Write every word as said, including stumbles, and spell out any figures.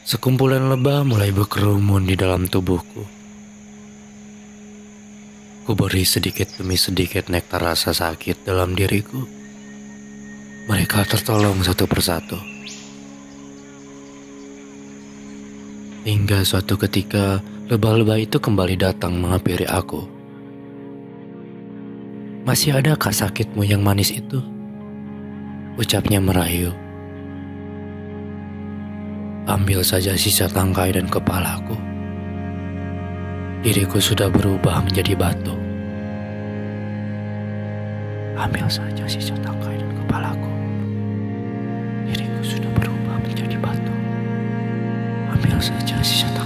Sekumpulan lebah mulai berkerumun di dalam tubuhku. Ku beri sedikit demi sedikit nektar rasa sakit dalam diriku. Mereka tertolong satu persatu. Hingga suatu ketika, lebah-lebah itu kembali datang menghampiri aku. "Masih adakah sakitmu yang manis itu?" ucapnya merayu. Ambil saja sisa tangkai dan kepalaku. Diriku sudah berubah menjadi batu. Ambil saja sisa tangkai dan kepalaku. Diriku sudah berubah menjadi batu. Ambil saja sisa tangkai.